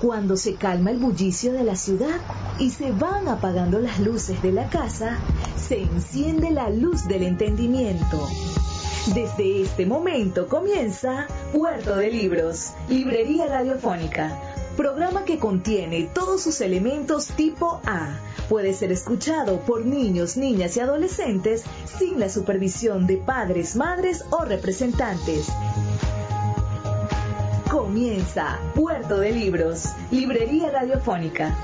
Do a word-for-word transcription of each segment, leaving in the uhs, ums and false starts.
Cuando se calma el bullicio de la ciudad y se van apagando las luces de la casa, se enciende la luz del entendimiento. Desde este momento comienza Puerto de Libros, Librería Radiofónica, programa que contiene todos sus elementos tipo A. Puede ser escuchado por niños, niñas y adolescentes sin la supervisión de padres, madres o representantes. Comienza Puerto de Libros, Librería Radiofónica.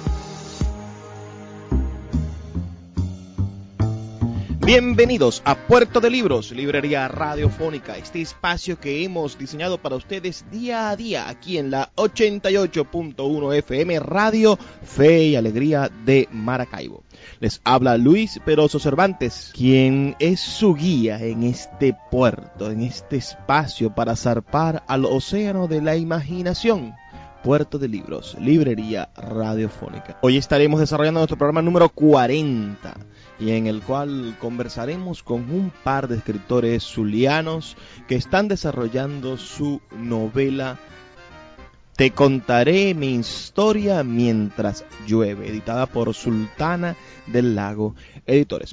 Bienvenidos a Puerto de Libros, Librería Radiofónica, este espacio que hemos diseñado para ustedes día a día aquí en la ochenta y ocho punto uno F M Radio Fe y Alegría de Maracaibo. Les habla Luis Peroso Cervantes, quien es su guía en este puerto, en este espacio para zarpar al océano de la imaginación. Puerto de Libros, Librería Radiofónica. Hoy estaremos desarrollando nuestro programa número cuarenta, y en el cual conversaremos con un par de escritores zulianos que están desarrollando su novela Te contaré mi historia mientras llueve, editada por Sultana del Lago Editores.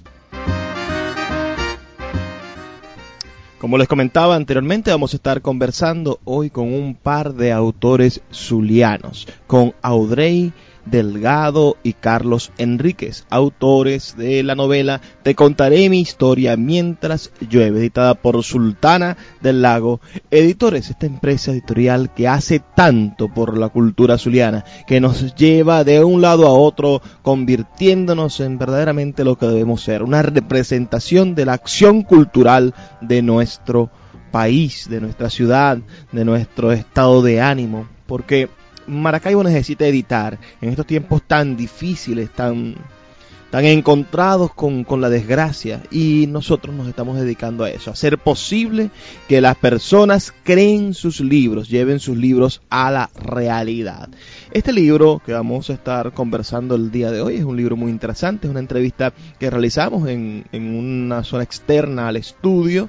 Como les comentaba anteriormente, vamos a estar conversando hoy con un par de autores zulianos, con Audrey Delgado y Carlos Enríquez, autores de la novela Te contaré mi historia mientras llueve, editada por Sultana del Lago Editores, esta empresa editorial que hace tanto por la cultura zuliana, que nos lleva de un lado a otro, convirtiéndonos en verdaderamente lo que debemos ser, una representación de la acción cultural de nuestro país, de nuestra ciudad, de nuestro estado de ánimo, porque Maracaibo necesita editar en estos tiempos tan difíciles, tan, tan encontrados con, con la desgracia, y nosotros nos estamos dedicando a eso, a hacer posible que las personas creen sus libros, lleven sus libros a la realidad. Este libro que vamos a estar conversando el día de hoy es un libro muy interesante, es una entrevista que realizamos en, en una zona externa al estudio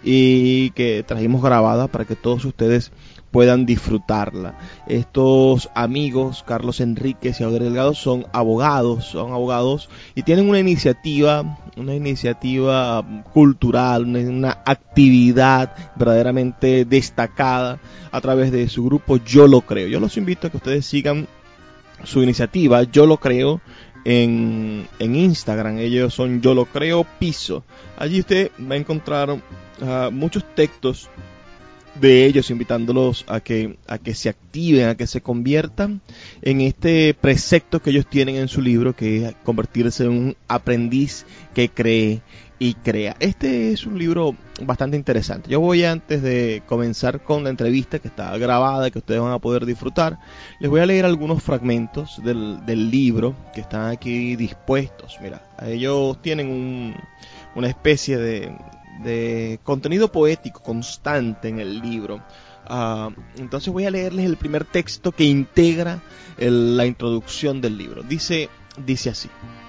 y que trajimos grabada para que todos ustedes puedan disfrutarla. Estos amigos, Carlos Enríquez y Audrey Delgado, son abogados, son abogados y tienen una iniciativa, una iniciativa cultural, una, una actividad verdaderamente destacada a través de su grupo Yo Lo Creo. Yo los invito a que ustedes sigan su iniciativa, Yo Lo Creo, en, en Instagram. Ellos son Yo Lo Creo Piso. Allí usted va a encontrar uh, muchos textos de ellos, invitándolos a que a que se activen, a que se conviertan en este precepto que ellos tienen en su libro, que es convertirse en un aprendiz que cree y crea. Este es un libro bastante interesante. Yo voy, antes de comenzar con la entrevista que está grabada, que ustedes van a poder disfrutar, les voy a leer algunos fragmentos del, del libro que están aquí dispuestos. Mira, ellos tienen un, una especie de de contenido poético constante en el libro. Uh, entonces voy a leerles el primer texto que integra el, la introducción del libro. Dice, dice así: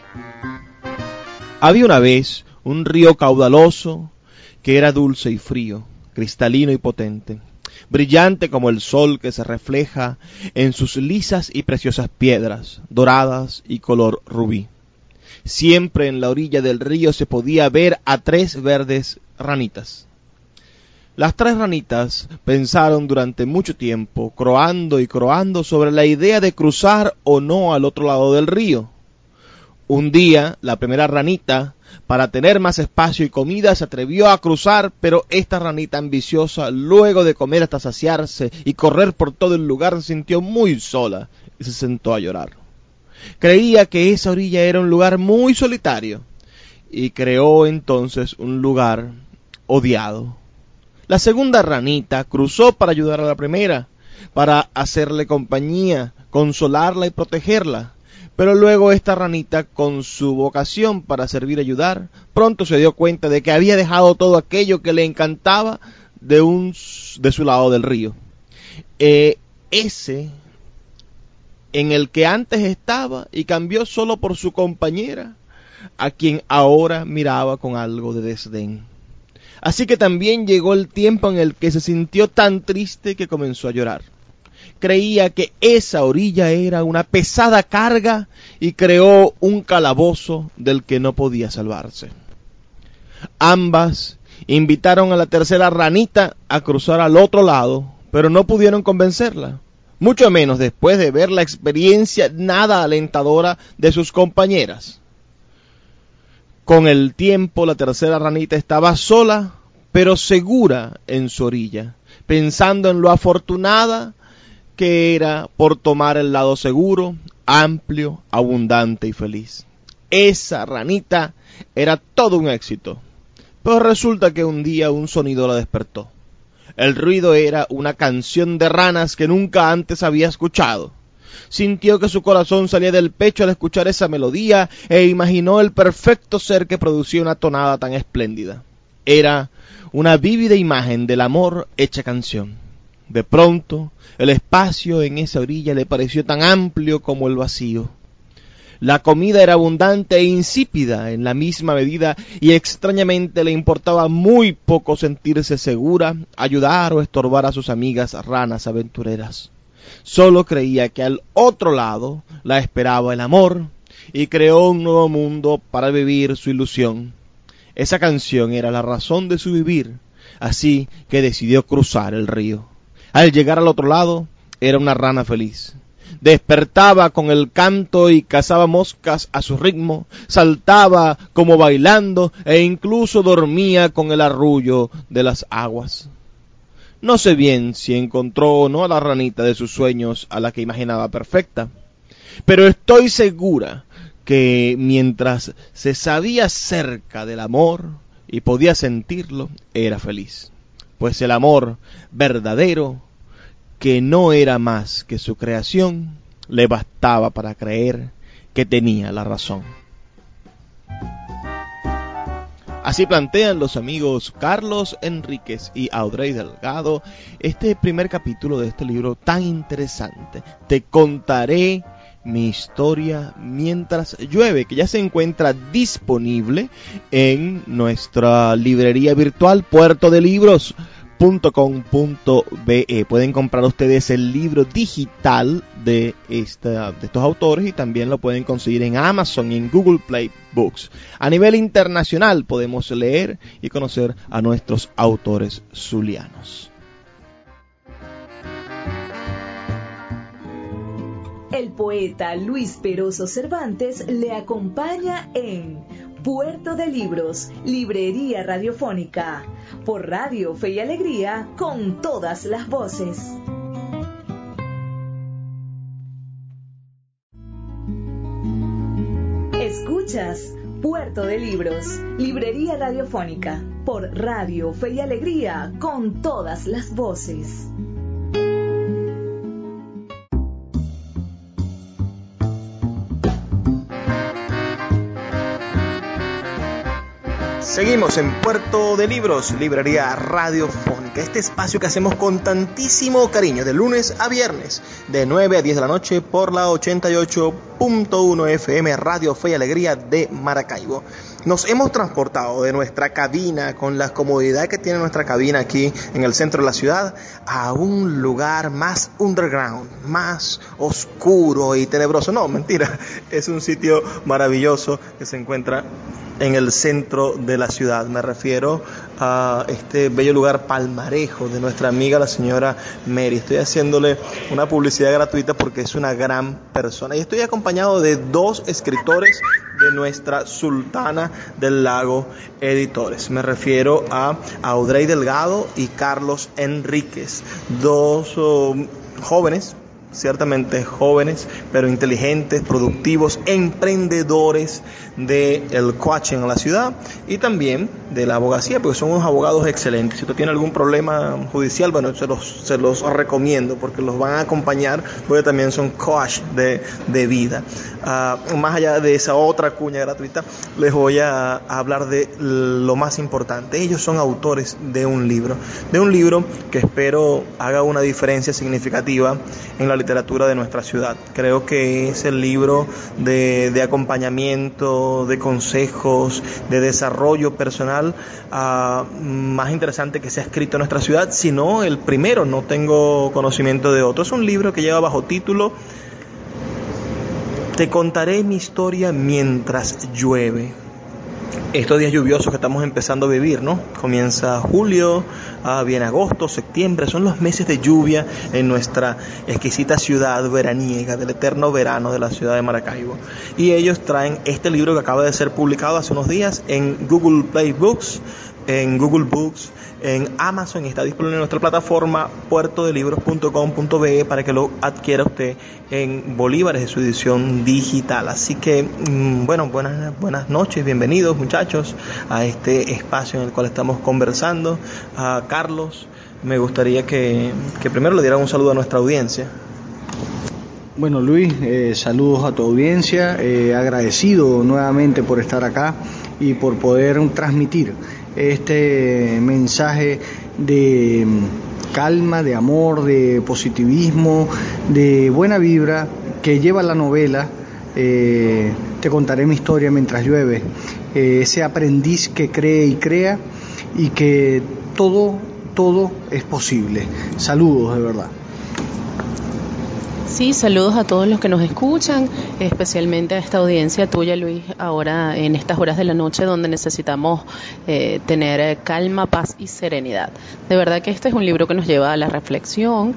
había una vez un río caudaloso que era dulce y frío, cristalino y potente, brillante como el sol que se refleja en sus lisas y preciosas piedras, doradas y color rubí. Siempre en la orilla del río se podía ver a tres verdes ranitas. Las tres ranitas pensaron durante mucho tiempo, croando y croando, sobre la idea de cruzar o no al otro lado del río. Un día, la primera ranita, para tener más espacio y comida, se atrevió a cruzar, pero esta ranita ambiciosa, luego de comer hasta saciarse y correr por todo el lugar, se sintió muy sola y se sentó a llorar. Creía que esa orilla era un lugar muy solitario y creó entonces un lugar odiado. La segunda ranita cruzó para ayudar a la primera, para hacerle compañía, consolarla y protegerla. Pero luego esta ranita, con su vocación para servir y ayudar, pronto se dio cuenta de que había dejado todo aquello que le encantaba de, un, de su lado del río. Eh, ese... en el que antes estaba, y cambió solo por su compañera, a quien ahora miraba con algo de desdén. Así que también llegó el tiempo en el que se sintió tan triste que comenzó a llorar. creía que esa orilla era una pesada carga y creó un calabozo del que no podía salvarse. Ambas invitaron a la tercera ranita a cruzar al otro lado, pero no pudieron convencerla, mucho menos después de ver la experiencia nada alentadora de sus compañeras. Con el tiempo, la tercera ranita estaba sola, pero segura en su orilla, pensando en lo afortunada que era por tomar el lado seguro, amplio, abundante y feliz. Esa ranita era todo un éxito. Pero resulta que un día un sonido la despertó. El ruido era una canción de ranas que nunca antes había escuchado. Sintió que su corazón salía del pecho al escuchar esa melodía e imaginó el perfecto ser que producía una tonada tan espléndida. Era una vívida imagen del amor hecha canción. De pronto, el espacio en esa orilla le pareció tan amplio como el vacío. La comida era abundante e insípida en la misma medida y extrañamente le importaba muy poco sentirse segura, ayudar o estorbar a sus amigas ranas aventureras. Solo creía que al otro lado la esperaba el amor y creó un nuevo mundo para vivir su ilusión. Esa canción era la razón de su vivir, así que decidió cruzar el río. Al llegar al otro lado, era una rana feliz. Despertaba con el canto y cazaba moscas a su ritmo, saltaba como bailando e incluso dormía con el arrullo de las aguas. No sé bien si encontró o no a la ranita de sus sueños a la que imaginaba perfecta, pero estoy segura que mientras se sabía cerca del amor y podía sentirlo, era feliz, pues el amor verdadero, que no era más que su creación, le bastaba para creer que tenía la razón. Así plantean los amigos Carlos Enríquez y Audrey Delgado este primer capítulo de este libro tan interesante. Te contaré mi historia mientras llueve, que ya se encuentra disponible en nuestra librería virtual puerto de libros punto com punto be. Pueden comprar ustedes el libro digital de, esta, de estos autores y también lo pueden conseguir en Amazon y en Google Play Books. A nivel internacional podemos leer y conocer a nuestros autores zulianos. El poeta Luis Peroso Cervantes le acompaña en Puerto de Libros, Librería Radiofónica, por Radio Fe y Alegría, con todas las voces. Escuchas Puerto de Libros, Librería Radiofónica, por Radio Fe y Alegría, con todas las voces. Seguimos en Puerto de Libros, Librería Radiofónica, este espacio que hacemos con tantísimo cariño de lunes a viernes, de nueve a diez de la noche por la ochenta y ocho punto uno F M Radio Fe y Alegría de Maracaibo. Nos hemos transportado de nuestra cabina, con la comodidad que tiene nuestra cabina aquí en el centro de la ciudad, a un lugar más underground, más oscuro y tenebroso. No, mentira, es un sitio maravilloso que se encuentra en el centro de la ciudad. Me refiero a este bello lugar Palmarejo de nuestra amiga la señora Mary. Estoy haciéndole una publicidad gratuita porque es una gran persona y estoy acompañado de dos escritores de nuestra Sultana del Lago Editores. Me refiero a Audrey Delgado y Carlos Enríquez, dos oh, jóvenes, ciertamente jóvenes, pero inteligentes, productivos, emprendedores del coaching en la ciudad y también de la abogacía, porque son unos abogados excelentes. Si usted tiene algún problema judicial, bueno, se los, se los recomiendo porque los van a acompañar, porque también son coach de, de vida. Uh, más allá de esa otra cuña gratuita, les voy a, a hablar de lo más importante. Ellos son autores de un libro, de un libro que espero haga una diferencia significativa en la literatura de nuestra ciudad. Creo que es el libro de, de acompañamiento, de consejos, de desarrollo personal uh, más interesante que se ha escrito en nuestra ciudad, si no el primero, no tengo conocimiento de otro. Es un libro que lleva bajo título Te contaré mi historia mientras llueve. Estos días lluviosos que estamos empezando a vivir, ¿no? Comienza julio, uh, viene agosto, septiembre, son los meses de lluvia en nuestra exquisita ciudad veraniega, del eterno verano de la ciudad de Maracaibo. Y ellos traen este libro que acaba de ser publicado hace unos días en Google Play Books, en Google Books, en Amazon, y está disponible en nuestra plataforma puerto de libros punto com punto be para que lo adquiera usted en bolívares de su edición digital. Así que, bueno, buenas, buenas noches, bienvenidos muchachos a este espacio en el cual estamos conversando. A Carlos, me gustaría que, que primero le dieran un saludo a nuestra audiencia. Bueno, Luis, eh, saludos a tu audiencia, eh, agradecido nuevamente por estar acá y por poder transmitir este mensaje de calma, de amor, de positivismo, de buena vibra que lleva la novela eh, Te contaré mi historia mientras llueve, eh, ese aprendiz que cree y crea y que todo, todo es posible. Saludos de verdad. Sí, saludos a todos los que nos escuchan, especialmente a esta audiencia tuya, Luis, ahora en estas horas de la noche donde necesitamos eh, tener calma, paz y serenidad. De verdad que este es un libro que nos lleva a la reflexión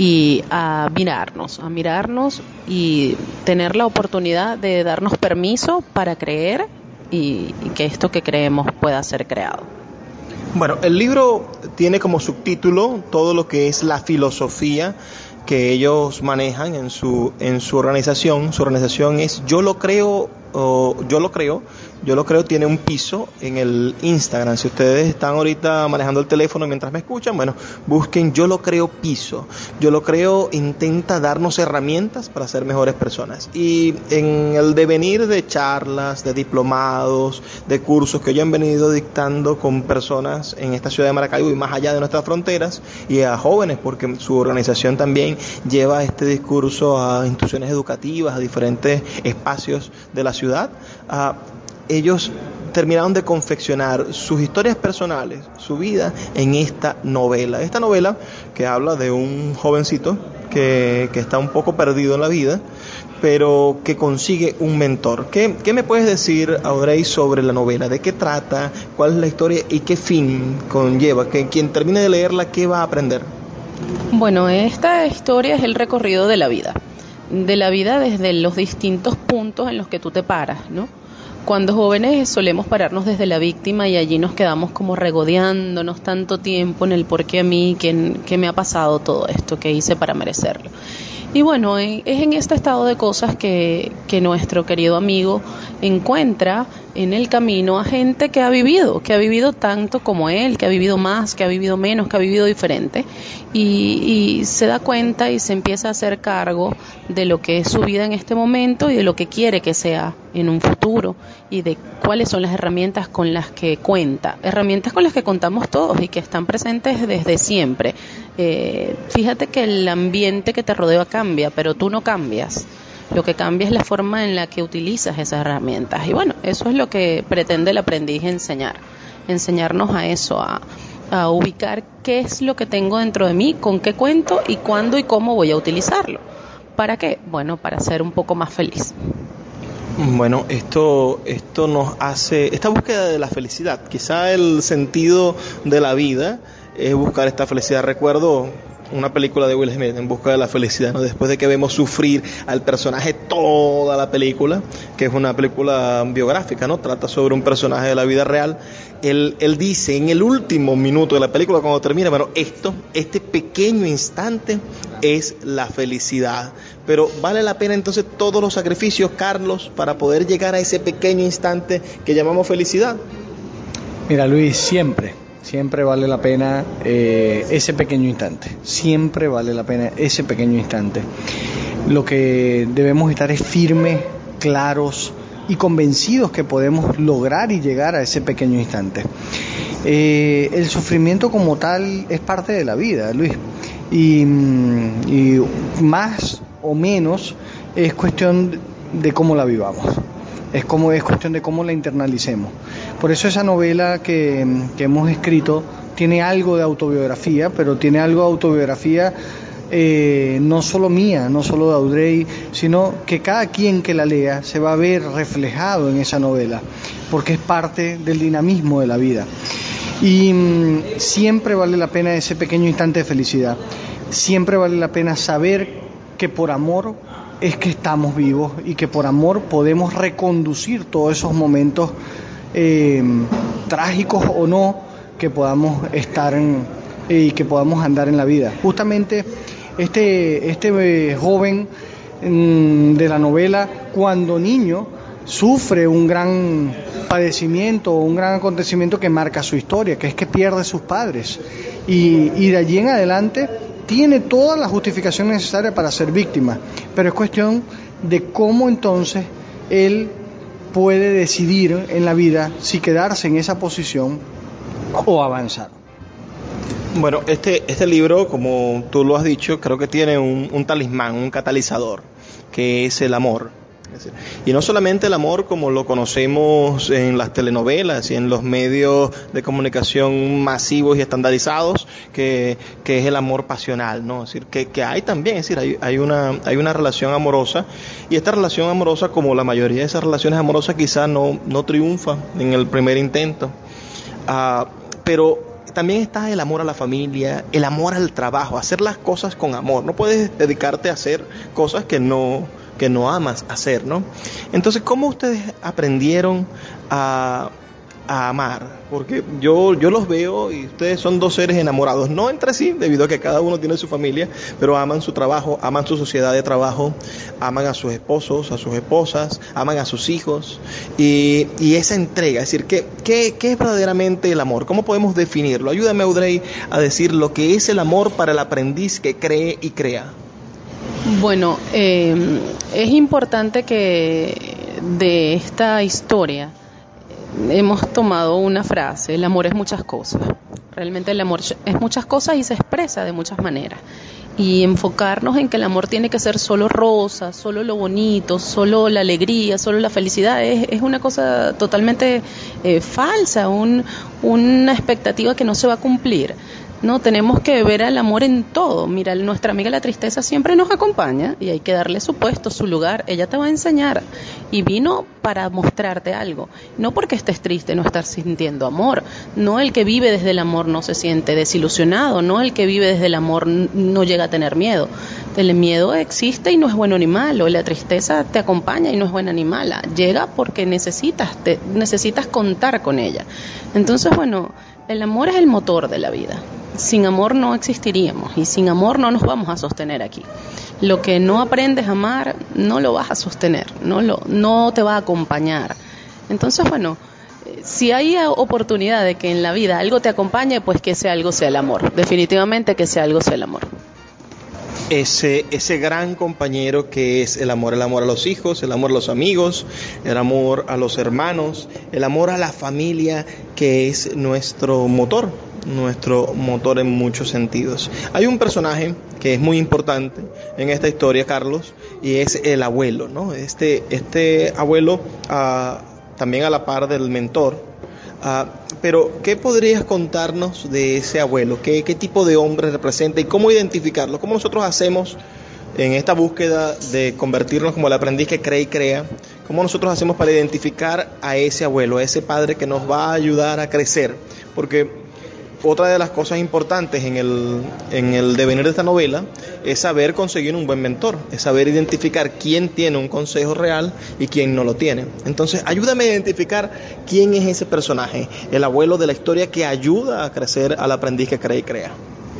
y a mirarnos, a mirarnos y tener la oportunidad de darnos permiso para creer y, y que esto que creemos pueda ser creado. Bueno, el libro tiene como subtítulo todo lo que es la filosofía que ellos manejan en su en su organización. Su organización es Yo lo creo, o Yo lo creo, Yo lo creo tiene un piso en el Instagram. Si ustedes están ahorita manejando el teléfono mientras me escuchan, bueno, busquen Yo lo creo piso. Yo lo creo intenta darnos herramientas para ser mejores personas. Y en el devenir de charlas, de diplomados, de cursos que ellos han venido dictando con personas en esta ciudad de Maracaibo y más allá de nuestras fronteras, y a jóvenes, porque su organización también lleva este discurso a instituciones educativas, a diferentes espacios de la ciudad, a ellos terminaron de confeccionar sus historias personales, su vida en esta novela. Esta novela que habla de un jovencito que, que está un poco perdido en la vida, pero que consigue un mentor. ¿Qué, qué me puedes decir, Audrey, sobre la novela? ¿De qué trata? ¿Cuál es la historia? ¿Y qué fin conlleva? Que quien termine de leerla, ¿qué va a aprender? Bueno, esta historia es el recorrido de la vida. De la vida desde los distintos puntos en los que tú te paras, ¿no? Cuando jóvenes solemos pararnos desde la víctima y allí nos quedamos como regodeándonos tanto tiempo en el por qué a mí, qué, qué me ha pasado todo esto, qué hice para merecerlo. Y bueno, es en este estado de cosas que, que nuestro querido amigo encuentra en el camino a gente que ha vivido, que ha vivido tanto como él, que ha vivido más, que ha vivido menos, que ha vivido diferente, y, y se da cuenta y se empieza a hacer cargo de lo que es su vida en este momento y de lo que quiere que sea en un futuro y de cuáles son las herramientas con las que cuenta, herramientas con las que contamos todos y que están presentes desde siempre. Eh, fíjate que el ambiente que te rodea cambia, pero tú no cambias. Lo que cambia es la forma en la que utilizas esas herramientas. Y bueno, eso es lo que pretende el aprendiz enseñar. Enseñarnos a eso, a, a ubicar qué es lo que tengo dentro de mí, con qué cuento y cuándo y cómo voy a utilizarlo. ¿Para qué? Bueno, para ser un poco más feliz. Bueno, esto, esto nos hace, esta búsqueda de la felicidad, quizá el sentido de la vida es buscar esta felicidad. Recuerdo una película de Will Smith, En busca de la felicidad, ¿no? Después de que vemos sufrir al personaje toda la película, que es una película biográfica, ¿no? Trata sobre un personaje de la vida real. Él, él dice en el último minuto de la película, cuando termina, bueno, esto, este pequeño instante es la felicidad. Pero vale la pena entonces todos los sacrificios, Carlos, para poder llegar a ese pequeño instante que llamamos felicidad. Mira, Luis, siempre, siempre vale la pena eh, ese pequeño instante. Siempre vale la pena ese pequeño instante. Lo que debemos estar es firmes, claros y convencidos que podemos lograr y llegar a ese pequeño instante. Eh, el sufrimiento como tal es parte de la vida, Luis. y, y más o menos es cuestión de cómo la vivamos, es como es cuestión de cómo la internalicemos. Por eso esa novela que, que hemos escrito tiene algo de autobiografía, pero tiene algo de autobiografía eh, no solo mía, no solo de Audrey, sino que cada quien que la lea se va a ver reflejado en esa novela, porque es parte del dinamismo de la vida. Y mmm, siempre vale la pena ese pequeño instante de felicidad, siempre vale la pena saber que por amor es que estamos vivos y que por amor podemos reconducir todos esos momentos eh, trágicos o no que podamos estar en, eh, y que podamos andar en la vida. Justamente este, este eh, joven mm, de la novela, cuando niño, sufre un gran padecimiento, un gran acontecimiento que marca su historia, que es que pierde a sus padres, y, y de allí en adelante tiene toda la justificación necesaria para ser víctima, pero es cuestión de cómo entonces él puede decidir en la vida si quedarse en esa posición o avanzar. Bueno, este, este libro, como tú lo has dicho, creo que tiene un, un talismán, un catalizador, que es el amor. Y no solamente el amor como lo conocemos en las telenovelas y en los medios de comunicación masivos y estandarizados, que, que es el amor pasional, ¿no? Es decir, que, que hay también, es decir, hay, hay una, hay una relación amorosa, y esta relación amorosa, como la mayoría de esas relaciones amorosas, quizás no, no triunfa en el primer intento. Uh, pero también está el amor a la familia, el amor al trabajo, hacer las cosas con amor. No puedes dedicarte a hacer cosas que no que no amas hacer, ¿no? Entonces, ¿cómo ustedes aprendieron a, a amar? Porque yo, yo los veo y ustedes son dos seres enamorados, no entre sí, debido a que cada uno tiene su familia, pero aman su trabajo, aman su sociedad de trabajo, aman a sus esposos, a sus esposas, aman a sus hijos, y, y esa entrega, es decir, ¿qué, qué, ¿qué es verdaderamente el amor? ¿Cómo podemos definirlo? Ayúdame, Audrey, a decir lo que es el amor para el aprendiz que cree y crea. Bueno, eh, es importante que de esta historia hemos tomado una frase: el amor es muchas cosas. Realmente el amor es muchas cosas y se expresa de muchas maneras. Y enfocarnos en que el amor tiene que ser solo rosa, solo lo bonito, solo la alegría, solo la felicidad, es, es una cosa totalmente eh, falsa, un, una expectativa que no se va a cumplir. No, tenemos que ver al amor en todo. Mira, nuestra amiga la tristeza siempre nos acompaña y hay que darle su puesto, su lugar. Ella te va a enseñar y vino para mostrarte algo. No porque estés triste, no estar sintiendo amor. No, el que vive desde el amor no se siente desilusionado. No, el que vive desde el amor no llega a tener miedo. El miedo existe y no es bueno ni malo. La tristeza te acompaña y no es buena ni mala. Llega porque necesitas, te, necesitas contar con ella. Entonces, bueno, el amor es el motor de la vida. Sin amor no existiríamos y sin amor no nos vamos a sostener aquí. Lo que no aprendes a amar no lo vas a sostener, no, lo, no te va a acompañar. Entonces, bueno, si hay oportunidad de que en la vida algo te acompañe, pues que ese algo sea el amor. Definitivamente que ese algo sea el amor. Ese, ese gran compañero que es el amor, el amor a los hijos, el amor a los amigos, el amor a los hermanos, el amor a la familia, que es nuestro motor, nuestro motor en muchos sentidos. Hay un personaje que es muy importante en esta historia, Carlos, y es el abuelo, ¿no? Este, este abuelo, uh, también a la par del mentor. Uh, pero, ¿qué podrías contarnos de ese abuelo? ¿Qué, qué tipo de hombre representa y cómo identificarlo? ¿Cómo nosotros hacemos en esta búsqueda de convertirnos como el aprendiz que cree y crea? ¿Cómo nosotros hacemos para identificar a ese abuelo, a ese padre que nos va a ayudar a crecer? Porque otra de las cosas importantes en el, en el devenir de esta novela es saber conseguir un buen mentor, es saber identificar quién tiene un consejo real y quién no lo tiene. Entonces, ayúdame a identificar quién es ese personaje, el abuelo de la historia que ayuda a crecer al aprendiz que cree y crea.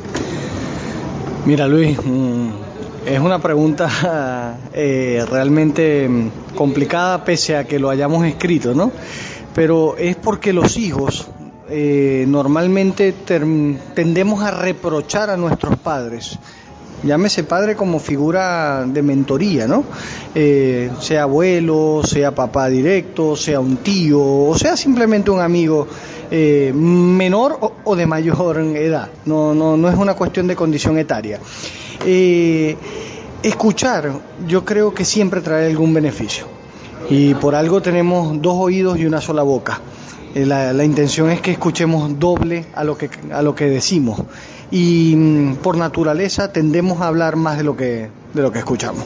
Mira, Luis, es una pregunta eh, realmente complicada pese a que lo hayamos escrito, ¿no? Pero es porque los hijos Eh, normalmente ter- tendemos a reprochar a nuestros padres llámese padre como figura de mentoría, ¿no? Eh, sea abuelo, sea papá directo, sea un tío, o sea simplemente un amigo eh, menor o, o de mayor edad, no, no, no es una cuestión de condición etaria. Eh, escuchar, yo creo que siempre trae algún beneficio, y por algo tenemos dos oídos y una sola boca. Eh, la, la intención es que escuchemos doble a lo que, a lo que decimos, y mm, por naturaleza tendemos a hablar más de lo que, de lo que escuchamos.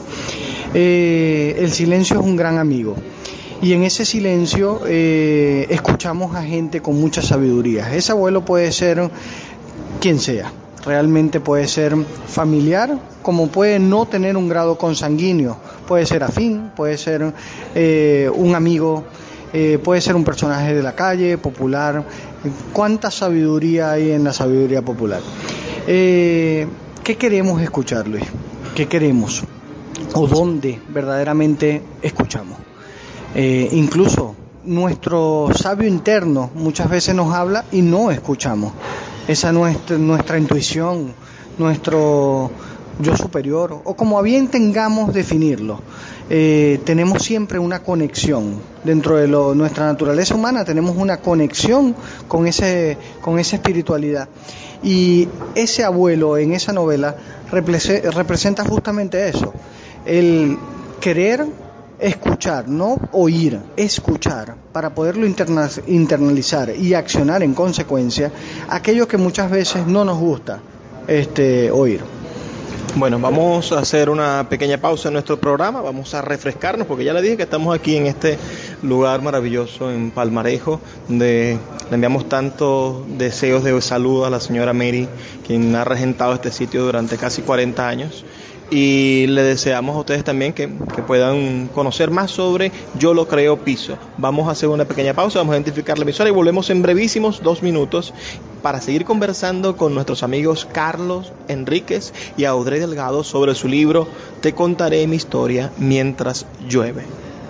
Eh, el silencio es un gran amigo, y en ese silencio eh, escuchamos a gente con mucha sabiduría. Ese abuelo puede ser quien sea, realmente puede ser familiar, como puede no tener un grado consanguíneo, puede ser afín, puede ser eh, un amigo, eh, puede ser un personaje de la calle, popular. ¿Cuánta sabiduría hay en la sabiduría popular? Eh, ¿Qué queremos escuchar, Luis? ¿Qué queremos? ¿O dónde verdaderamente escuchamos? Eh, incluso nuestro sabio interno muchas veces nos habla y no escuchamos. Esa es nuestra, nuestra intuición, nuestro yo superior, o como bien tengamos definirlo. Eh, tenemos siempre una conexión dentro de lo, nuestra naturaleza humana, tenemos una conexión con ese, con esa espiritualidad, y ese abuelo en esa novela represe, representa justamente eso, el querer escuchar, no oír, escuchar, para poderlo interna, internalizar y accionar en consecuencia aquello que muchas veces no nos gusta este, oír. Bueno, vamos a hacer una pequeña pausa en nuestro programa, vamos a refrescarnos, porque ya le dije que estamos aquí en este lugar maravilloso en Palmarejo, donde le enviamos tantos deseos de salud a la señora Mary, quien ha regentado este sitio durante casi cuarenta años, y le deseamos a ustedes también que, que puedan conocer más sobre Yo Lo Creo Piso. Vamos a hacer una pequeña pausa, vamos a identificar la emisora y volvemos en brevísimos dos minutos para seguir conversando con nuestros amigos Carlos Enríquez y Audrey Delgado sobre su libro Te contaré mi historia mientras llueve.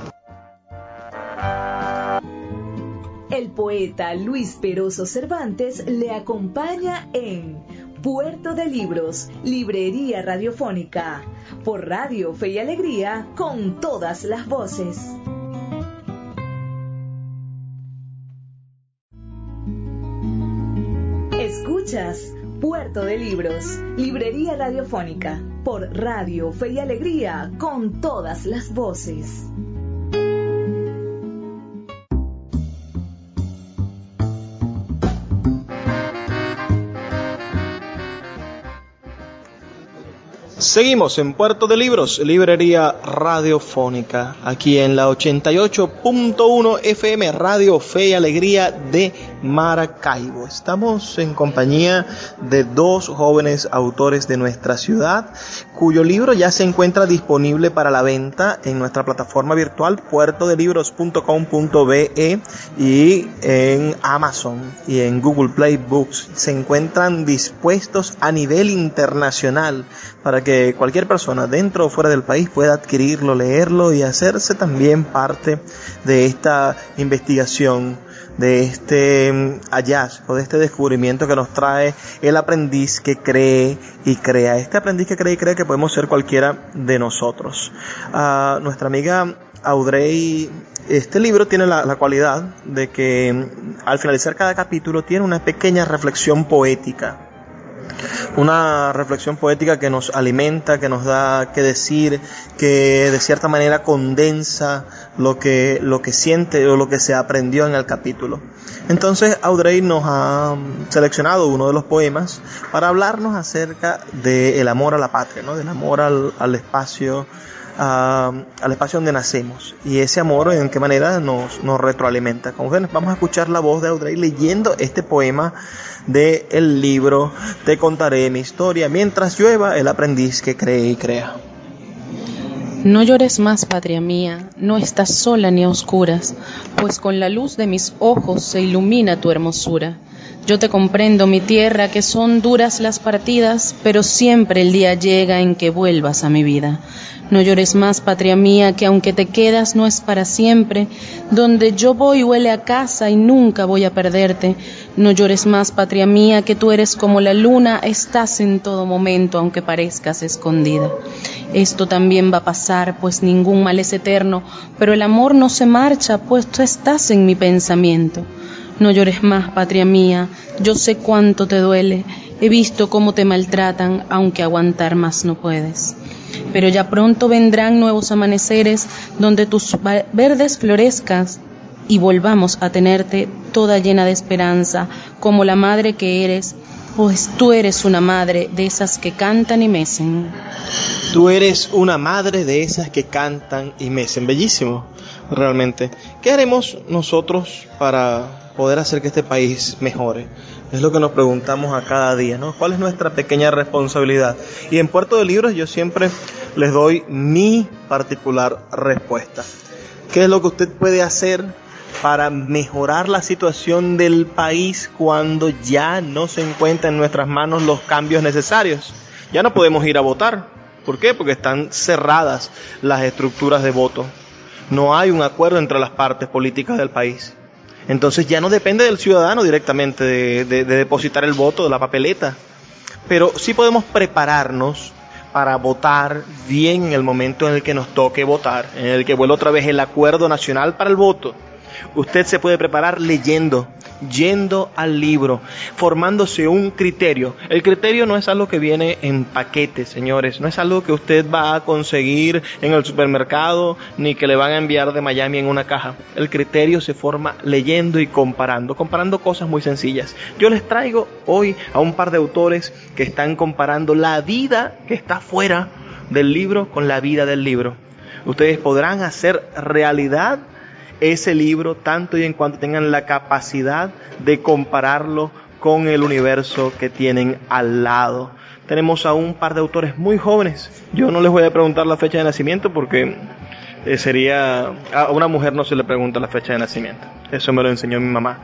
El poeta Luis Peroso Cervantes le acompaña en Puerto de Libros, Librería Radiofónica, por Radio Fe y Alegría, con todas las voces. Escuchas Puerto de Libros, Librería Radiofónica, por Radio Fe y Alegría, con todas las voces. Seguimos en Puerto de Libros, Librería Radiofónica, aquí en la ochenta y ocho punto uno F M, Radio Fe y Alegría de Maracaibo. Estamos en compañía de dos jóvenes autores de nuestra ciudad, cuyo libro ya se encuentra disponible para la venta en nuestra plataforma virtual puerto de libros punto com punto be y en Amazon y en Google Play Books. Se encuentran dispuestos a nivel internacional para que cualquier persona dentro o fuera del país pueda adquirirlo, leerlo y hacerse también parte de esta investigación, de este hallazgo, de este descubrimiento que nos trae el aprendiz que cree y crea. Este aprendiz que cree y crea que podemos ser cualquiera de nosotros. Uh, nuestra amiga Audrey, este libro tiene la, la cualidad de que al finalizar cada capítulo tiene una pequeña reflexión poética. Una reflexión poética que nos alimenta, que nos da que decir, que de cierta manera condensa lo que, lo que siente o lo que se aprendió en el capítulo. Entonces Audrey nos ha seleccionado uno de los poemas para hablarnos acerca del amor a la patria, ¿no? Del amor al, al espacio, Uh, al espacio donde nacemos, y ese amor en qué manera nos, nos retroalimenta. Como ven, vamos a escuchar la voz de Audrey leyendo este poema del libro Te contaré mi historia mientras llueva, el aprendiz que cree y crea. No llores más, patria mía, no estás sola ni a oscuras, pues con la luz de mis ojos se ilumina tu hermosura. Yo te comprendo, mi tierra, que son duras las partidas, pero siempre el día llega en que vuelvas a mi vida. No llores más, patria mía, que aunque te quedas no es para siempre. Donde yo voy huele a casa y nunca voy a perderte. No llores más, patria mía, que tú eres como la luna, estás en todo momento, aunque parezcas escondida. Esto también va a pasar, pues ningún mal es eterno, pero el amor no se marcha, pues tú estás en mi pensamiento. No llores más, patria mía, yo sé cuánto te duele, he visto cómo te maltratan, aunque aguantar más no puedes. Pero ya pronto vendrán nuevos amaneceres, donde tus verdes florezcan y volvamos a tenerte toda llena de esperanza, como la madre que eres, pues tú eres una madre de esas que cantan y mecen. Tú eres una madre de esas que cantan y mecen. Bellísimo, realmente. ¿Qué haremos nosotros para poder hacer que este país mejore? Es lo que nos preguntamos a cada día, ¿no? ¿Cuál es nuestra pequeña responsabilidad? Y en Puerto de Libros yo siempre les doy mi particular respuesta. ¿Qué es lo que usted puede hacer para mejorar la situación del país cuando ya no se encuentran en nuestras manos los cambios necesarios? Ya no podemos ir a votar. ¿Por qué? Porque están cerradas las estructuras de voto. No hay un acuerdo entre las partes políticas del país. Entonces ya no depende del ciudadano directamente de, de, de depositar el voto, de la papeleta. Pero sí podemos prepararnos para votar bien en el momento en el que nos toque votar, en el que vuelva otra vez el acuerdo nacional para el voto. Usted se puede preparar leyendo, yendo al libro, formándose un criterio. El criterio no es algo que viene en paquetes, señores, no es algo que usted va a conseguir en el supermercado, ni que le van a enviar de Miami en una caja. El criterio se forma leyendo y comparando, comparando cosas muy sencillas. Yo les traigo hoy a un par de autores que están comparando la vida que está fuera del libro con la vida del libro. Ustedes podrán hacer realidad ese libro tanto y en cuanto tengan la capacidad de compararlo con el universo que tienen al lado. Tenemos a un par de autores muy jóvenes. Yo no les voy a preguntar la fecha de nacimiento porque eh, sería... A una mujer no se le pregunta la fecha de nacimiento. Eso me lo enseñó mi mamá.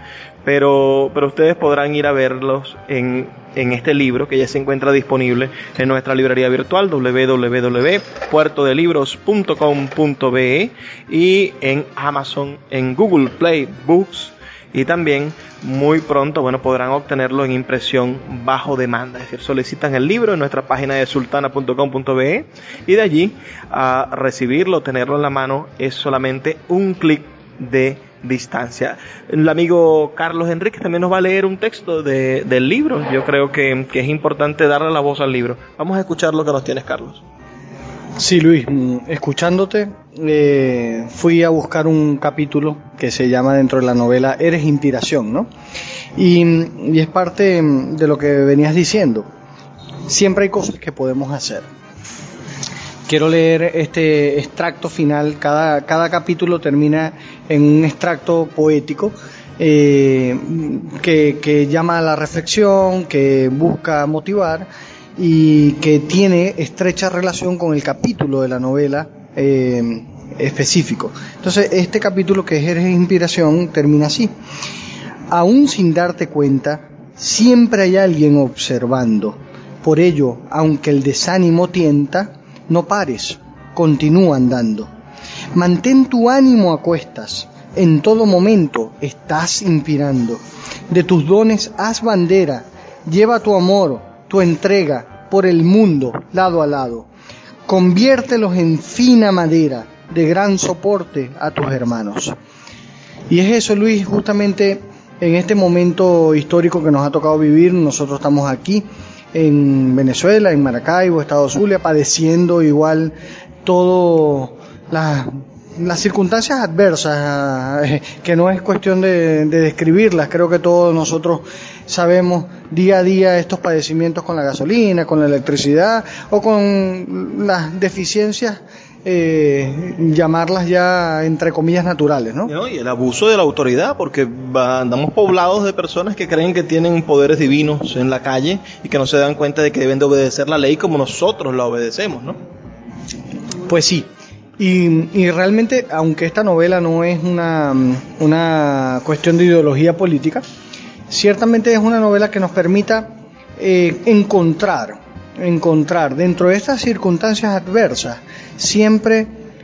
Pero, pero ustedes podrán ir a verlos en, en este libro que ya se encuentra disponible en nuestra librería virtual doble u doble u doble u punto puerto de libros punto com punto be y en Amazon, en Google Play Books, y también muy pronto, bueno, podrán obtenerlo en impresión bajo demanda. Es decir, solicitan el libro en nuestra página de sultana punto com punto be y de allí a recibirlo, tenerlo en la mano, es solamente un clic de distancia. El amigo Carlos Enríquez también nos va a leer un texto de, del libro. Yo creo que, que es importante darle la voz al libro. Vamos a escuchar lo que nos tienes, Carlos. Sí, Luis, escuchándote, eh, fui a buscar un capítulo que se llama dentro de la novela Eres Inspiración, ¿no? Y, y es parte de lo que venías diciendo. Siempre hay cosas que podemos hacer. Quiero leer este extracto final. Cada, cada capítulo termina en un extracto poético eh, que, que llama a la reflexión, que busca motivar y que tiene estrecha relación con el capítulo de la novela eh, específico. Entonces, este capítulo, que es Eres Inspiración, termina así: aún sin darte cuenta, siempre hay alguien observando. Por ello, aunque el desánimo tienta, no pares, continúa andando. Mantén tu ánimo a cuestas, en todo momento estás inspirando. De tus dones haz bandera, lleva tu amor, tu entrega por el mundo, lado a lado. Conviértelos en fina madera, de gran soporte a tus hermanos. Y es eso, Luis, justamente en este momento histórico que nos ha tocado vivir. Nosotros estamos aquí en Venezuela, en Maracaibo, estado Zulia, padeciendo igual todo las las circunstancias adversas, eh, que no es cuestión de, de describirlas. Creo que todos nosotros sabemos día a día estos padecimientos con la gasolina, con la electricidad o con las deficiencias, eh, llamarlas ya entre comillas naturales, ¿no? No, y el abuso de la autoridad, porque va, andamos poblados de personas que creen que tienen poderes divinos en la calle y que no se dan cuenta de que deben de obedecer la ley como nosotros la obedecemos, ¿no? Pues sí. Y, y realmente, aunque esta novela no es una, una cuestión de ideología política, ciertamente es una novela que nos permita eh, encontrar, encontrar dentro de estas circunstancias adversas, siempre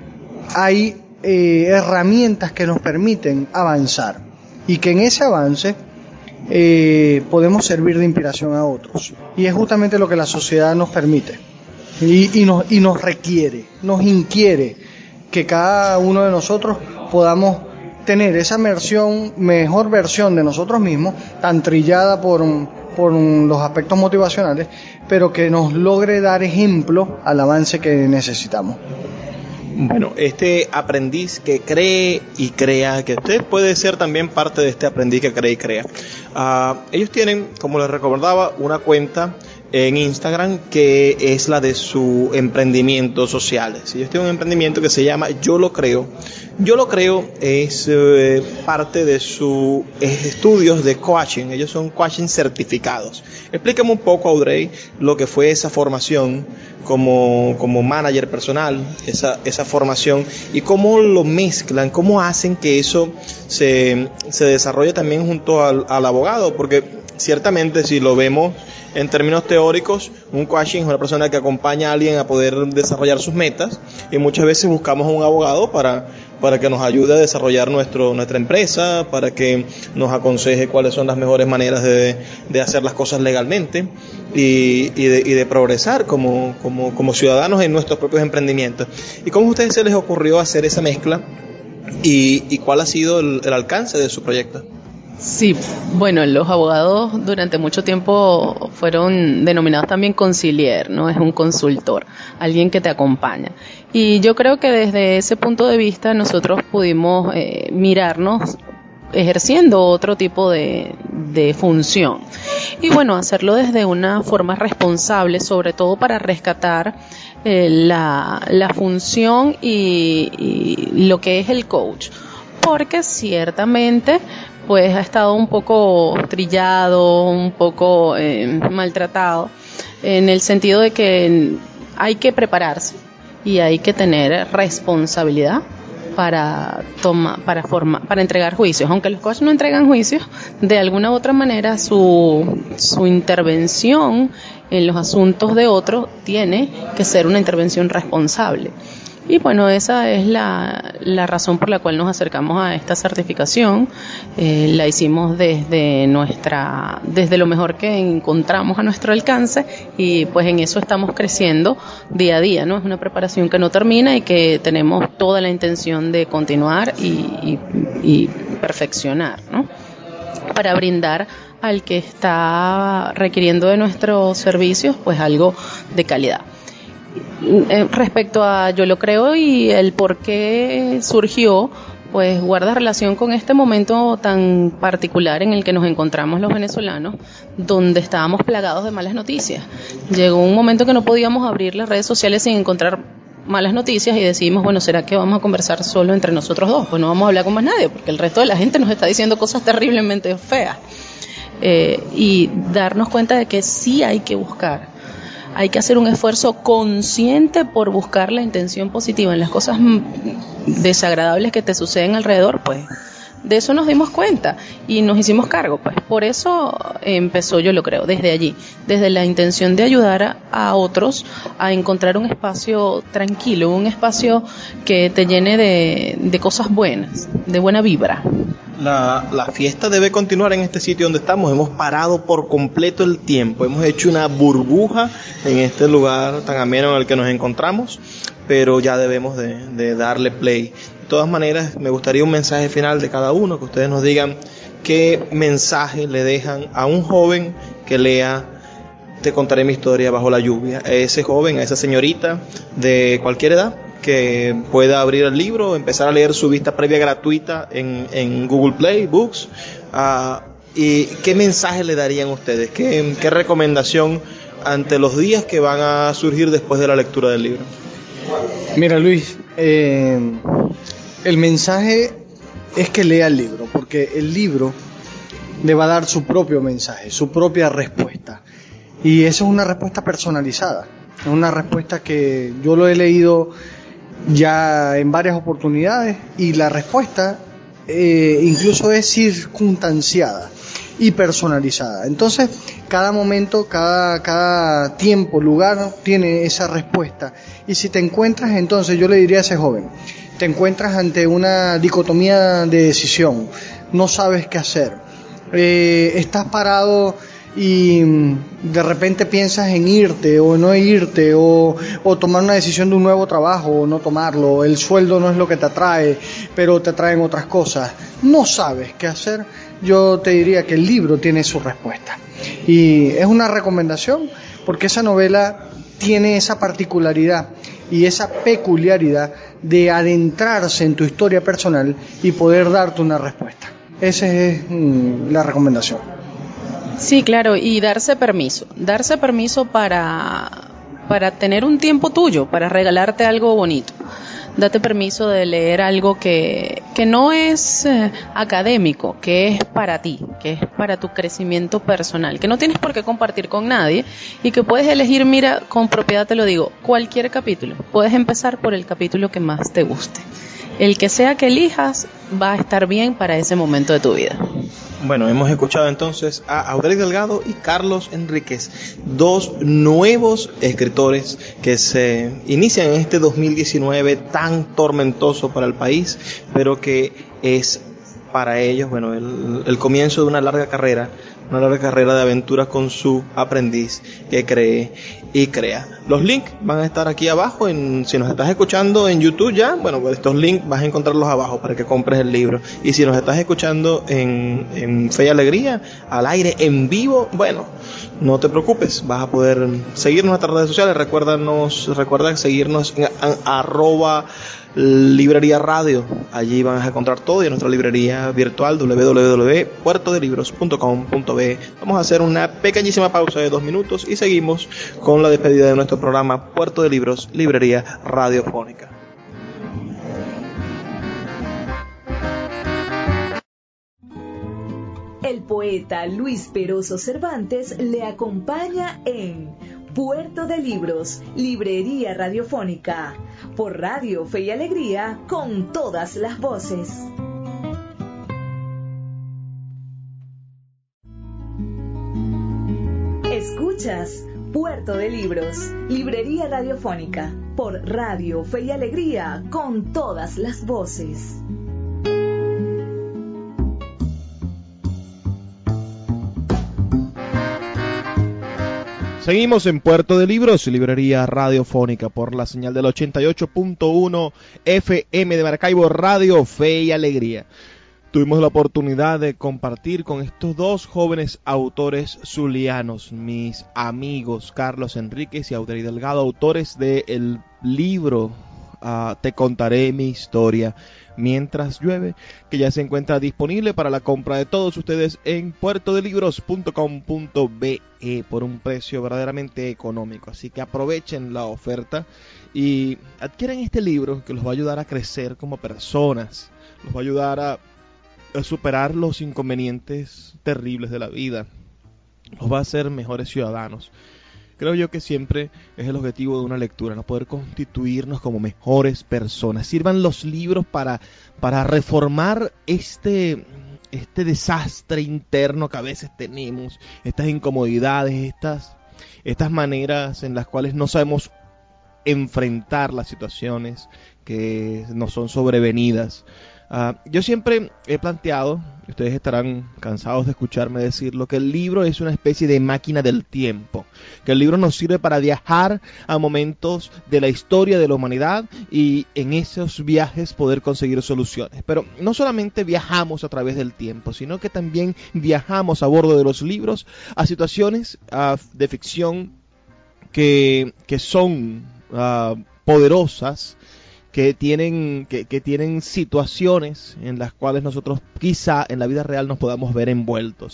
hay eh, herramientas que nos permiten avanzar y que en ese avance eh, podemos servir de inspiración a otros. Y es justamente lo que la sociedad nos permite y, y, nos, y nos requiere, nos inquiere que cada uno de nosotros podamos tener esa versión, mejor versión de nosotros mismos, tan trillada por, por los aspectos motivacionales, pero que nos logre dar ejemplo al avance que necesitamos. Bueno, este aprendiz que cree y crea, que usted puede ser también parte de este aprendiz que cree y crea. Uh, ellos tienen, como les recordaba, una cuenta en Instagram que es la de su emprendimiento sociales. Ellos tienen un emprendimiento que se llama Yo Lo Creo. Yo Lo Creo es eh, parte de sus estudios de coaching. Ellos son coaching certificados. Explícame un poco, Audrey, lo que fue esa formación como, como manager personal, esa, esa formación, y cómo lo mezclan, cómo hacen que eso se, se desarrolle también junto al, al abogado, porque ciertamente si lo vemos en términos teóricos, un coaching es una persona que acompaña a alguien a poder desarrollar sus metas, y muchas veces buscamos a un abogado para, para que nos ayude a desarrollar nuestro, nuestra empresa, para que nos aconseje cuáles son las mejores maneras de, de hacer las cosas legalmente y, y, de, y de progresar como, como, como ciudadanos en nuestros propios emprendimientos. ¿Y cómo a ustedes se les ocurrió hacer esa mezcla y, y cuál ha sido el, el alcance de su proyecto? Sí, bueno, los abogados durante mucho tiempo fueron denominados también concilier, ¿no? Es un consultor, alguien que te acompaña. Y yo creo que desde ese punto de vista nosotros pudimos eh, mirarnos ejerciendo otro tipo de, de función. Y bueno, hacerlo desde una forma responsable, sobre todo para rescatar eh, la, la función y, y lo que es el coach. Porque ciertamente pues ha estado un poco trillado, un poco eh, maltratado, en el sentido de que hay que prepararse y hay que tener responsabilidad para toma, para forma, para entregar juicios. Aunque los coaches no entregan juicios, de alguna u otra manera su, su intervención en los asuntos de otros tiene que ser una intervención responsable. Y bueno, esa es la, la razón por la cual nos acercamos a esta certificación. Eh, la hicimos desde nuestra, desde lo mejor que encontramos a nuestro alcance, y pues en eso estamos creciendo día a día, ¿no? Es una preparación que no termina y que tenemos toda la intención de continuar y, y, y perfeccionar, ¿no? Para brindar al que está requiriendo de nuestros servicios, pues algo de calidad. Respecto a Yo Lo Creo y el por qué surgió, pues guarda relación con este momento tan particular en el que nos encontramos los venezolanos, donde estábamos plagados de malas noticias. Llegó un momento que no podíamos abrir las redes sociales sin encontrar malas noticias y decidimos, bueno, ¿será que vamos a conversar solo entre nosotros dos? Pues no vamos a hablar con más nadie, porque el resto de la gente nos está diciendo cosas terriblemente feas. Eh, y darnos cuenta de que sí hay que buscar. Hay que hacer un esfuerzo consciente por buscar la intención positiva en las cosas desagradables que te suceden alrededor, pues de eso nos dimos cuenta y nos hicimos cargo, pues por eso empezó Yo Lo Creo, desde allí, desde la intención de ayudar a, a otros a encontrar un espacio tranquilo, un espacio que te llene de, de cosas buenas, de buena vibra. La, la fiesta debe continuar en este sitio donde estamos. Hemos parado por completo el tiempo. Hemos hecho una burbuja en este lugar tan ameno en el que nos encontramos, pero ya debemos de, de darle play. De todas maneras, me gustaría un mensaje final de cada uno, que ustedes nos digan qué mensaje le dejan a un joven que lea Te contaré mi historia bajo la lluvia. A ese joven, a esa señorita de cualquier edad que pueda abrir el libro, empezar a leer su vista previa gratuita en, en Google Play Books. Uh, ¿Y qué mensaje le darían ustedes? ¿Qué, qué recomendación ante los días que van a surgir después de la lectura del libro? Mira, Luis, eh, el mensaje es que lea el libro, porque el libro le va a dar su propio mensaje, su propia respuesta. Y eso es una respuesta personalizada, es una respuesta que yo lo he leído ya en varias oportunidades, y la respuesta eh, incluso es circunstanciada y personalizada. Entonces, cada momento, cada, cada tiempo, lugar tiene esa respuesta. Y si te encuentras, entonces yo le diría a ese joven, te encuentras ante una dicotomía de decisión, no sabes qué hacer, eh, estás parado y de repente piensas en irte o no irte o, o tomar una decisión de un nuevo trabajo o no tomarlo, el sueldo no es lo que te atrae, pero te atraen otras cosas, no sabes qué hacer, yo te diría que el libro tiene su respuesta. Y es una recomendación porque esa novela tiene esa particularidad y esa peculiaridad de adentrarse en tu historia personal y poder darte una respuesta. Esa es mm, la recomendación. Sí, claro, y darse permiso, darse permiso para, para tener un tiempo tuyo, para regalarte algo bonito. Date permiso de leer algo que, que no es eh, académico, que es para ti, que es para tu crecimiento personal, que no tienes por qué compartir con nadie y que puedes elegir, mira, con propiedad te lo digo, cualquier capítulo. Puedes empezar por el capítulo que más te guste. El que sea que elijas va a estar bien para ese momento de tu vida. Bueno, hemos escuchado entonces a Audrey Delgado y Carlos Enríquez, dos nuevos escritores que se inician en este dos mil diecinueve tan tormentoso para el país, pero que es para ellos, bueno, el, el comienzo de una larga carrera, una larga carrera de aventuras con su aprendiz que cree y crea. Los links van a estar aquí abajo, en, si nos estás escuchando en YouTube ya, bueno, pues estos links vas a encontrarlos abajo para que compres el libro. Y si nos estás escuchando en, en Fe y Alegría, al aire, en vivo, bueno, no te preocupes, vas a poder seguirnos en nuestras redes sociales. Recuérdanos, recuerda seguirnos en, en arroba Librería Radio, allí van a encontrar todo, y en nuestra librería virtual doble u doble u doble u punto puerto de libros punto com punto be. Vamos a hacer una pequeñísima pausa de dos minutos y seguimos con la despedida de nuestro programa Puerto de Libros, Librería Radiofónica. El poeta Luis Peroso Cervantes le acompaña en Puerto de Libros, Librería Radiofónica, por Radio Fe y Alegría, con todas las voces. Escuchas Puerto de Libros, Librería Radiofónica, por Radio Fe y Alegría, con todas las voces. Seguimos en Puerto de Libros, Librería Radiofónica, por la señal del ochenta y ocho punto uno F M de Maracaibo, Radio Fe y Alegría. Tuvimos la oportunidad de compartir con estos dos jóvenes autores zulianos, mis amigos Carlos Enríquez y Audrey Delgado, autores del libro uh, Te contaré mi historia mientras llueve, que ya se encuentra disponible para la compra de todos ustedes en puerto de libros punto com punto be por un precio verdaderamente económico. Así que aprovechen la oferta y adquieren este libro que los va a ayudar a crecer como personas, los va a ayudar a, a superar los inconvenientes terribles de la vida, los va a hacer mejores ciudadanos. Creo yo que siempre es el objetivo de una lectura, ¿no? Poder constituirnos como mejores personas. Sirvan los libros para, para reformar este, este desastre interno que a veces tenemos, estas incomodidades, estas, estas maneras en las cuales no sabemos enfrentar las situaciones que nos son sobrevenidas. Uh, yo siempre he planteado, ustedes estarán cansados de escucharme decirlo, que el libro es una especie de máquina del tiempo, que el libro nos sirve para viajar a momentos de la historia de la humanidad y en esos viajes poder conseguir soluciones. Pero no solamente viajamos a través del tiempo, sino que también viajamos a bordo de los libros a situaciones uh, de ficción que, que son uh, poderosas, que tienen, que, que tienen situaciones en las cuales nosotros quizá en la vida real nos podamos ver envueltos.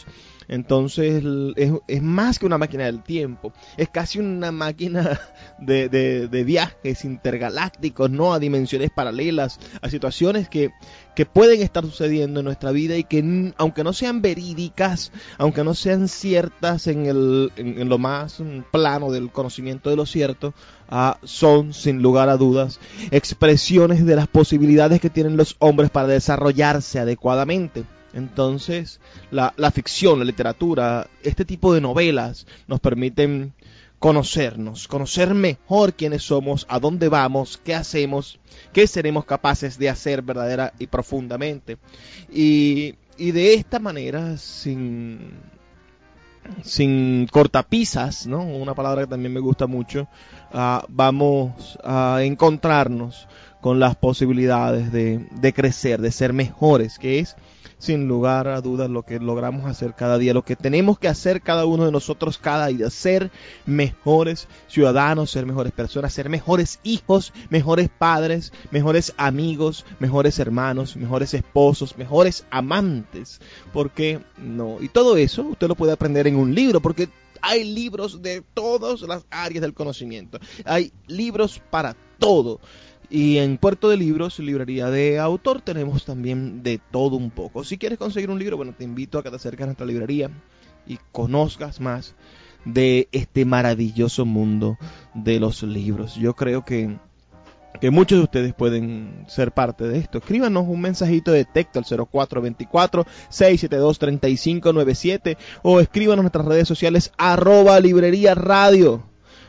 Entonces es, es más que una máquina del tiempo, es casi una máquina de, de, de viajes intergalácticos, ¿no? A dimensiones paralelas, a situaciones que, que pueden estar sucediendo en nuestra vida y que, aunque no sean verídicas, aunque no sean ciertas en, el, en, en lo más plano del conocimiento de lo cierto, uh, son, sin lugar a dudas, expresiones de las posibilidades que tienen los hombres para desarrollarse adecuadamente. Entonces, la, la ficción, la literatura, este tipo de novelas nos permiten conocernos, conocer mejor quiénes somos, a dónde vamos, qué hacemos, qué seremos capaces de hacer verdadera y profundamente. Y, y de esta manera, sin, sin cortapisas, ¿no? Una palabra que también me gusta mucho, uh, vamos a encontrarnos con las posibilidades de, de crecer, de ser mejores, que es sin lugar a dudas lo que logramos hacer cada día, lo que tenemos que hacer cada uno de nosotros cada día, ser mejores ciudadanos, ser mejores personas, ser mejores hijos, mejores padres, mejores amigos, mejores hermanos, mejores esposos, mejores amantes, porque no, y todo eso usted lo puede aprender en un libro, porque hay libros de todas las áreas del conocimiento, hay libros para todo. Y en Puerto de Libros, librería de autor, tenemos también de todo un poco. Si quieres conseguir un libro, bueno, te invito a que te acerques a nuestra librería y conozcas más de este maravilloso mundo de los libros. Yo creo que, que muchos de ustedes pueden ser parte de esto. Escríbanos un mensajito de texto al cero cuatro dos cuatro, seis siete dos, tres cinco nueve siete o escríbanos en nuestras redes sociales arroba librería radio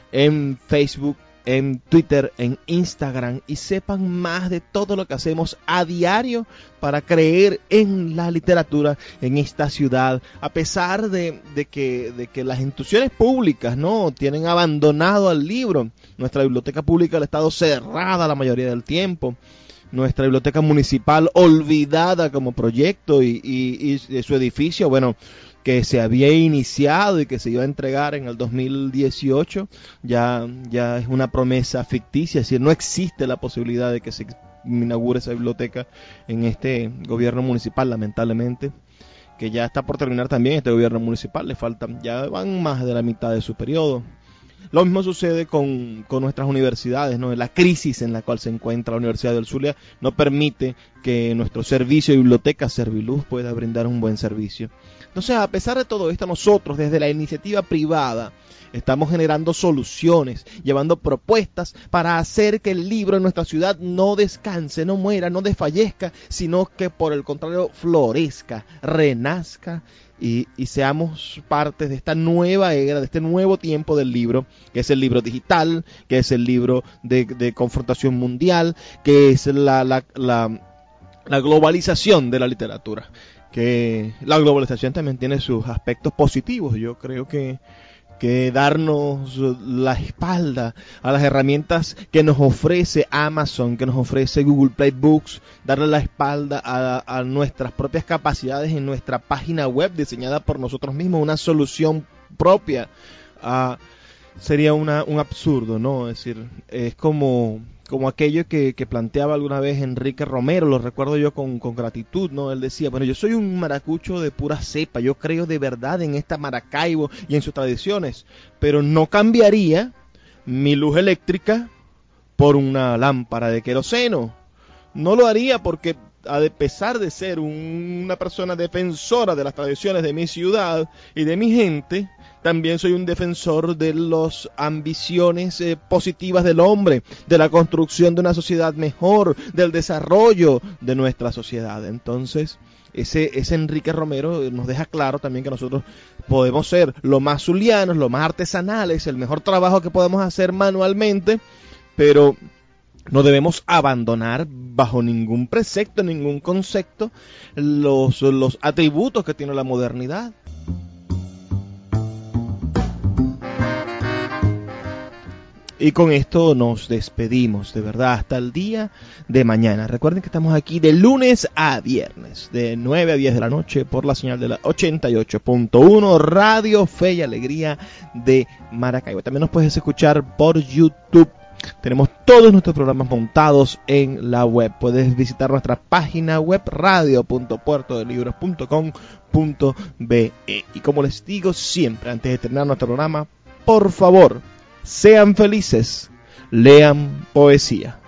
en Facebook, en Twitter, en Instagram, y sepan más de todo lo que hacemos a diario para creer en la literatura en esta ciudad, a pesar de, de, que, de que las instituciones públicas no tienen abandonado al libro. Nuestra biblioteca pública ha estado cerrada la mayoría del tiempo, nuestra biblioteca municipal olvidada como proyecto y, y, y su edificio, bueno, que se había iniciado y que se iba a entregar en el dos mil dieciocho, ya, ya es una promesa ficticia, es decir, no existe la posibilidad de que se inaugure esa biblioteca en este gobierno municipal, lamentablemente, que ya está por terminar también este gobierno municipal, le faltan, ya van más de la mitad de su periodo. Lo mismo sucede con, con nuestras universidades, ¿no? La crisis en la cual se encuentra la Universidad del Zulia no permite que nuestro servicio de biblioteca Serviluz pueda brindar un buen servicio. Entonces, a pesar de todo esto, nosotros desde la iniciativa privada estamos generando soluciones, llevando propuestas para hacer que el libro en nuestra ciudad no descanse, no muera, no desfallezca, sino que por el contrario florezca, renazca y, y seamos parte de esta nueva era, de este nuevo tiempo del libro, que es el libro digital, que es el libro de, de confrontación mundial, que es la, la, la, la globalización de la literatura. Que la globalización también tiene sus aspectos positivos. Yo creo que, que darnos la espalda a las herramientas que nos ofrece Amazon, que nos ofrece Google Play Books, darle la espalda a, a nuestras propias capacidades en nuestra página web diseñada por nosotros mismos, una solución propia, uh, sería una, un absurdo, ¿no? Es decir, es como... como aquello que, que planteaba alguna vez Enrique Romero, lo recuerdo yo con, con gratitud, ¿no? Él decía, bueno, yo soy un maracucho de pura cepa, yo creo de verdad en esta Maracaibo y en sus tradiciones, pero no cambiaría mi luz eléctrica por una lámpara de queroseno. No lo haría porque, a pesar de ser un, una persona defensora de las tradiciones de mi ciudad y de mi gente, también soy un defensor de las ambiciones eh, positivas del hombre, de la construcción de una sociedad mejor, del desarrollo de nuestra sociedad. Entonces, ese, ese Enrique Romero nos deja claro también que nosotros podemos ser lo más zulianos, lo más artesanales, el mejor trabajo que podemos hacer manualmente, pero no debemos abandonar bajo ningún precepto, ningún concepto, los, los atributos que tiene la modernidad. Y con esto nos despedimos, de verdad, hasta el día de mañana. Recuerden que estamos aquí de lunes a viernes, de nueve a diez de la noche, por la señal de la ochenta y ocho punto uno, Radio Fe y Alegría de Maracaibo. También nos puedes escuchar por YouTube. Tenemos todos nuestros programas montados en la web. Puedes visitar nuestra página web radio punto puerto de libros punto com punto be. Y como les digo siempre antes de terminar nuestro programa, por favor, sean felices, lean poesía.